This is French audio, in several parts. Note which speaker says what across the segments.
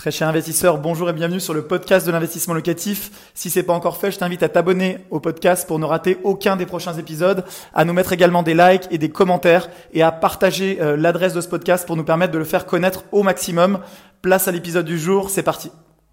Speaker 1: Très cher investisseur, bonjour et bienvenue sur le podcast de l'investissement locatif. Si ce n'est pas encore fait, je t'invite à t'abonner au podcast pour ne rater aucun des prochains épisodes, à nous mettre également des likes et des commentaires et à partager l'adresse de ce podcast pour nous permettre de le faire connaître au maximum. Place à l'épisode du jour, c'est parti.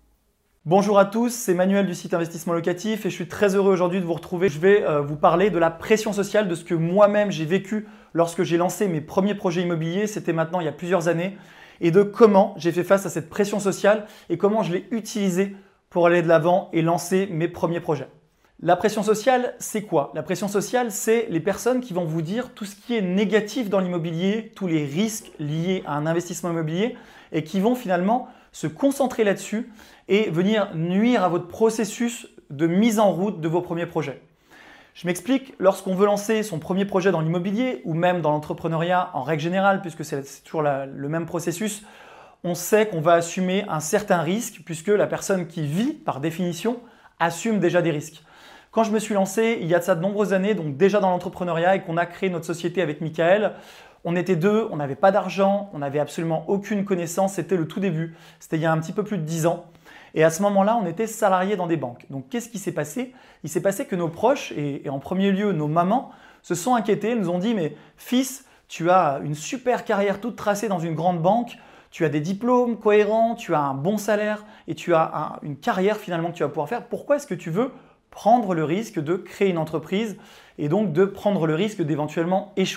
Speaker 1: Bonjour à tous, c'est Manuel du site Investissement Locatif et je suis très heureux aujourd'hui de vous retrouver. Je vais vous parler de la pression sociale, de ce que moi-même j'ai vécu lorsque j'ai lancé mes premiers projets immobiliers, c'était maintenant il y a plusieurs années, et de comment j'ai fait face à cette pression sociale et comment je l'ai utilisée pour aller de l'avant et lancer mes premiers projets. La pression sociale, c'est quoi? La pression sociale, c'est les personnes qui vont vous dire tout ce qui est négatif dans l'immobilier, tous les risques liés à un investissement immobilier et qui vont finalement se concentrer là-dessus et venir nuire à votre processus de mise en route de vos premiers projets. Je m'explique, lorsqu'on veut lancer son premier projet dans l'immobilier ou même dans l'entrepreneuriat en règle générale, puisque c'est toujours le même processus, on sait qu'on va assumer un certain risque puisque la personne qui vit, par définition, assume déjà des risques. Quand je me suis lancé il y a de ça de nombreuses années, donc déjà dans l'entrepreneuriat et qu'on a créé notre société avec Michael, on était deux, on n'avait pas d'argent, on n'avait absolument aucune connaissance, c'était le tout début, c'était il y a un petit peu plus de 10 ans. Et à ce moment-là, on était salariés dans des banques. Donc qu'est-ce qui s'est passé? Il s'est passé que nos proches, et en premier lieu nos mamans, se sont inquiétés, nous ont dit « mais fils, tu as une super carrière toute tracée dans une grande banque, tu as des diplômes cohérents, tu as un bon salaire et tu as une carrière finalement que tu vas pouvoir faire. Pourquoi est-ce que tu veux prendre le risque de créer une entreprise et donc de prendre le risque d'éventuellement échouer ?»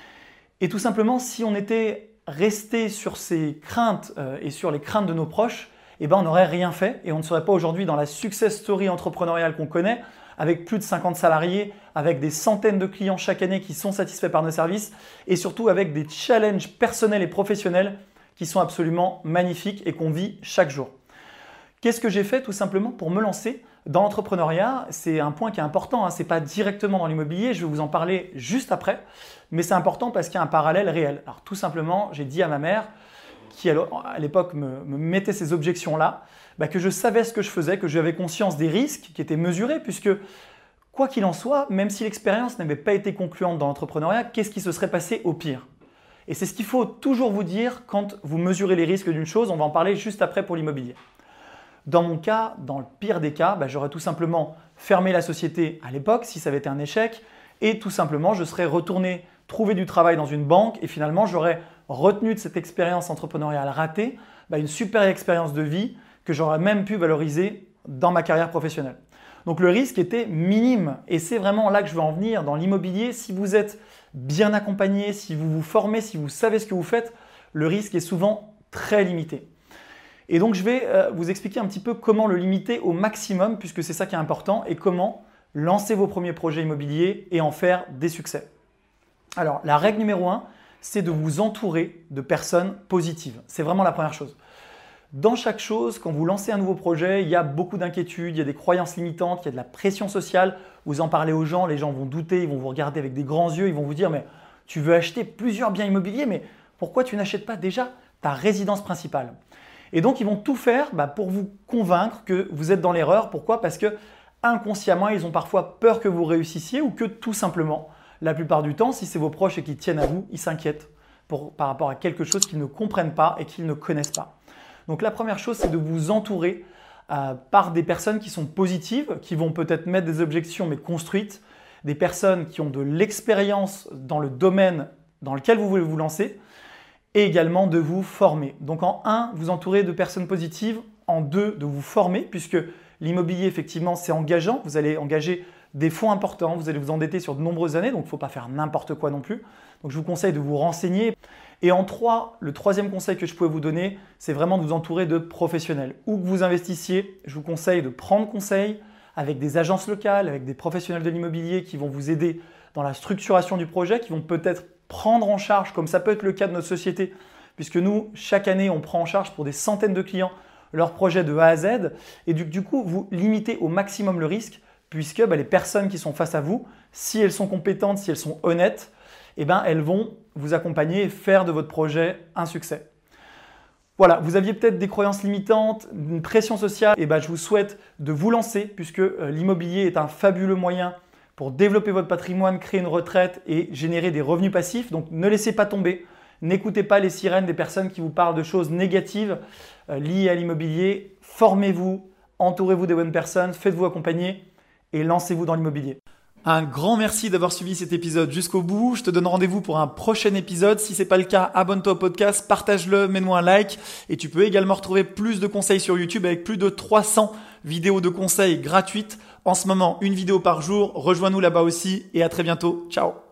Speaker 1: Et tout simplement, si on était resté sur ces craintes et sur les craintes de nos proches, eh ben on n'aurait rien fait et on ne serait pas aujourd'hui dans la success story entrepreneuriale qu'on connaît, avec plus de 50 salariés, avec des centaines de clients chaque année qui sont satisfaits par nos services et surtout avec des challenges personnels et professionnels qui sont absolument magnifiques et qu'on vit chaque jour. Qu'est-ce que j'ai fait tout simplement pour me lancer dans l'entrepreneuriat? C'est un point qui est important, ce n'est pas directement dans l'immobilier, je vais vous en parler juste après, mais c'est important parce qu'il y a un parallèle réel. Alors tout simplement, j'ai dit à ma mère, qui à l'époque me mettait ces objections-là, que je savais ce que je faisais, que j'avais conscience des risques qui étaient mesurés, puisque quoi qu'il en soit, même si l'expérience n'avait pas été concluante dans l'entrepreneuriat, qu'est-ce qui se serait passé au pire? Et c'est ce qu'il faut toujours vous dire quand vous mesurez les risques d'une chose, on va en parler juste après pour l'immobilier. Dans mon cas, dans le pire des cas, j'aurais tout simplement fermé la société à l'époque si ça avait été un échec et tout simplement je serais retourné trouver du travail dans une banque et finalement j'aurais retenu de cette expérience entrepreneuriale ratée une super expérience de vie que j'aurais même pu valoriser dans ma carrière professionnelle. Donc le risque était minime et c'est vraiment là que je veux en venir. Dans l'immobilier, si vous êtes bien accompagné, si vous vous formez, si vous savez ce que vous faites, le risque est souvent très limité. Et donc je vais vous expliquer un petit peu comment le limiter au maximum puisque c'est ça qui est important et comment lancer vos premiers projets immobiliers et en faire des succès. Alors la règle numéro 1, c'est de vous entourer de personnes positives. C'est vraiment la première chose. Dans chaque chose, quand vous lancez un nouveau projet, il y a beaucoup d'inquiétudes, il y a des croyances limitantes, il y a de la pression sociale. Vous en parlez aux gens, les gens vont douter, ils vont vous regarder avec des grands yeux, ils vont vous dire « mais tu veux acheter plusieurs biens immobiliers, mais pourquoi tu n'achètes pas déjà ta résidence principale ?» Et donc, ils vont tout faire pour vous convaincre que vous êtes dans l'erreur. Pourquoi? Parce que inconsciemment, ils ont parfois peur que vous réussissiez ou que tout simplement, la plupart du temps, si c'est vos proches et qu'ils tiennent à vous, ils s'inquiètent par rapport à quelque chose qu'ils ne comprennent pas et qu'ils ne connaissent pas. Donc la première chose, c'est de vous entourer par des personnes qui sont positives, qui vont peut-être mettre des objections mais construites, des personnes qui ont de l'expérience dans le domaine dans lequel vous voulez vous lancer et également de vous former. Donc en 1, vous entourez de personnes positives, en 2, de vous former puisque l'immobilier effectivement c'est engageant, vous allez engager des fonds importants, vous allez vous endetter sur de nombreuses années, donc il ne faut pas faire n'importe quoi non plus. Donc je vous conseille de vous renseigner. Et en 3, le troisième conseil que je pourrais vous donner, c'est vraiment de vous entourer de professionnels. Où que vous investissiez, je vous conseille de prendre conseil avec des agences locales, avec des professionnels de l'immobilier qui vont vous aider dans la structuration du projet, qui vont peut-être prendre en charge, comme ça peut être le cas de notre société, puisque nous, chaque année, on prend en charge pour des centaines de clients leur projet de A à Z. Et du coup, vous limitez au maximum le risque, puisque les personnes qui sont face à vous, si elles sont compétentes, si elles sont honnêtes, elles vont vous accompagner et faire de votre projet un succès. Voilà, vous aviez peut-être des croyances limitantes, une pression sociale, je vous souhaite de vous lancer puisque l'immobilier est un fabuleux moyen pour développer votre patrimoine, créer une retraite et générer des revenus passifs. Donc ne laissez pas tomber, N'écoutez pas les sirènes des personnes qui vous parlent de choses négatives liées à l'immobilier. Formez-vous, entourez-vous des bonnes personnes, faites-vous accompagner et lancez-vous dans l'immobilier. Un grand merci d'avoir suivi cet épisode jusqu'au bout. Je te donne rendez-vous pour un prochain épisode. Si c'est pas le cas, abonne-toi au podcast, partage-le, mets-moi un like. Et tu peux également retrouver plus de conseils sur YouTube avec plus de 300 vidéos de conseils gratuites. En ce moment, une vidéo par jour. Rejoins-nous là-bas aussi et à très bientôt. Ciao.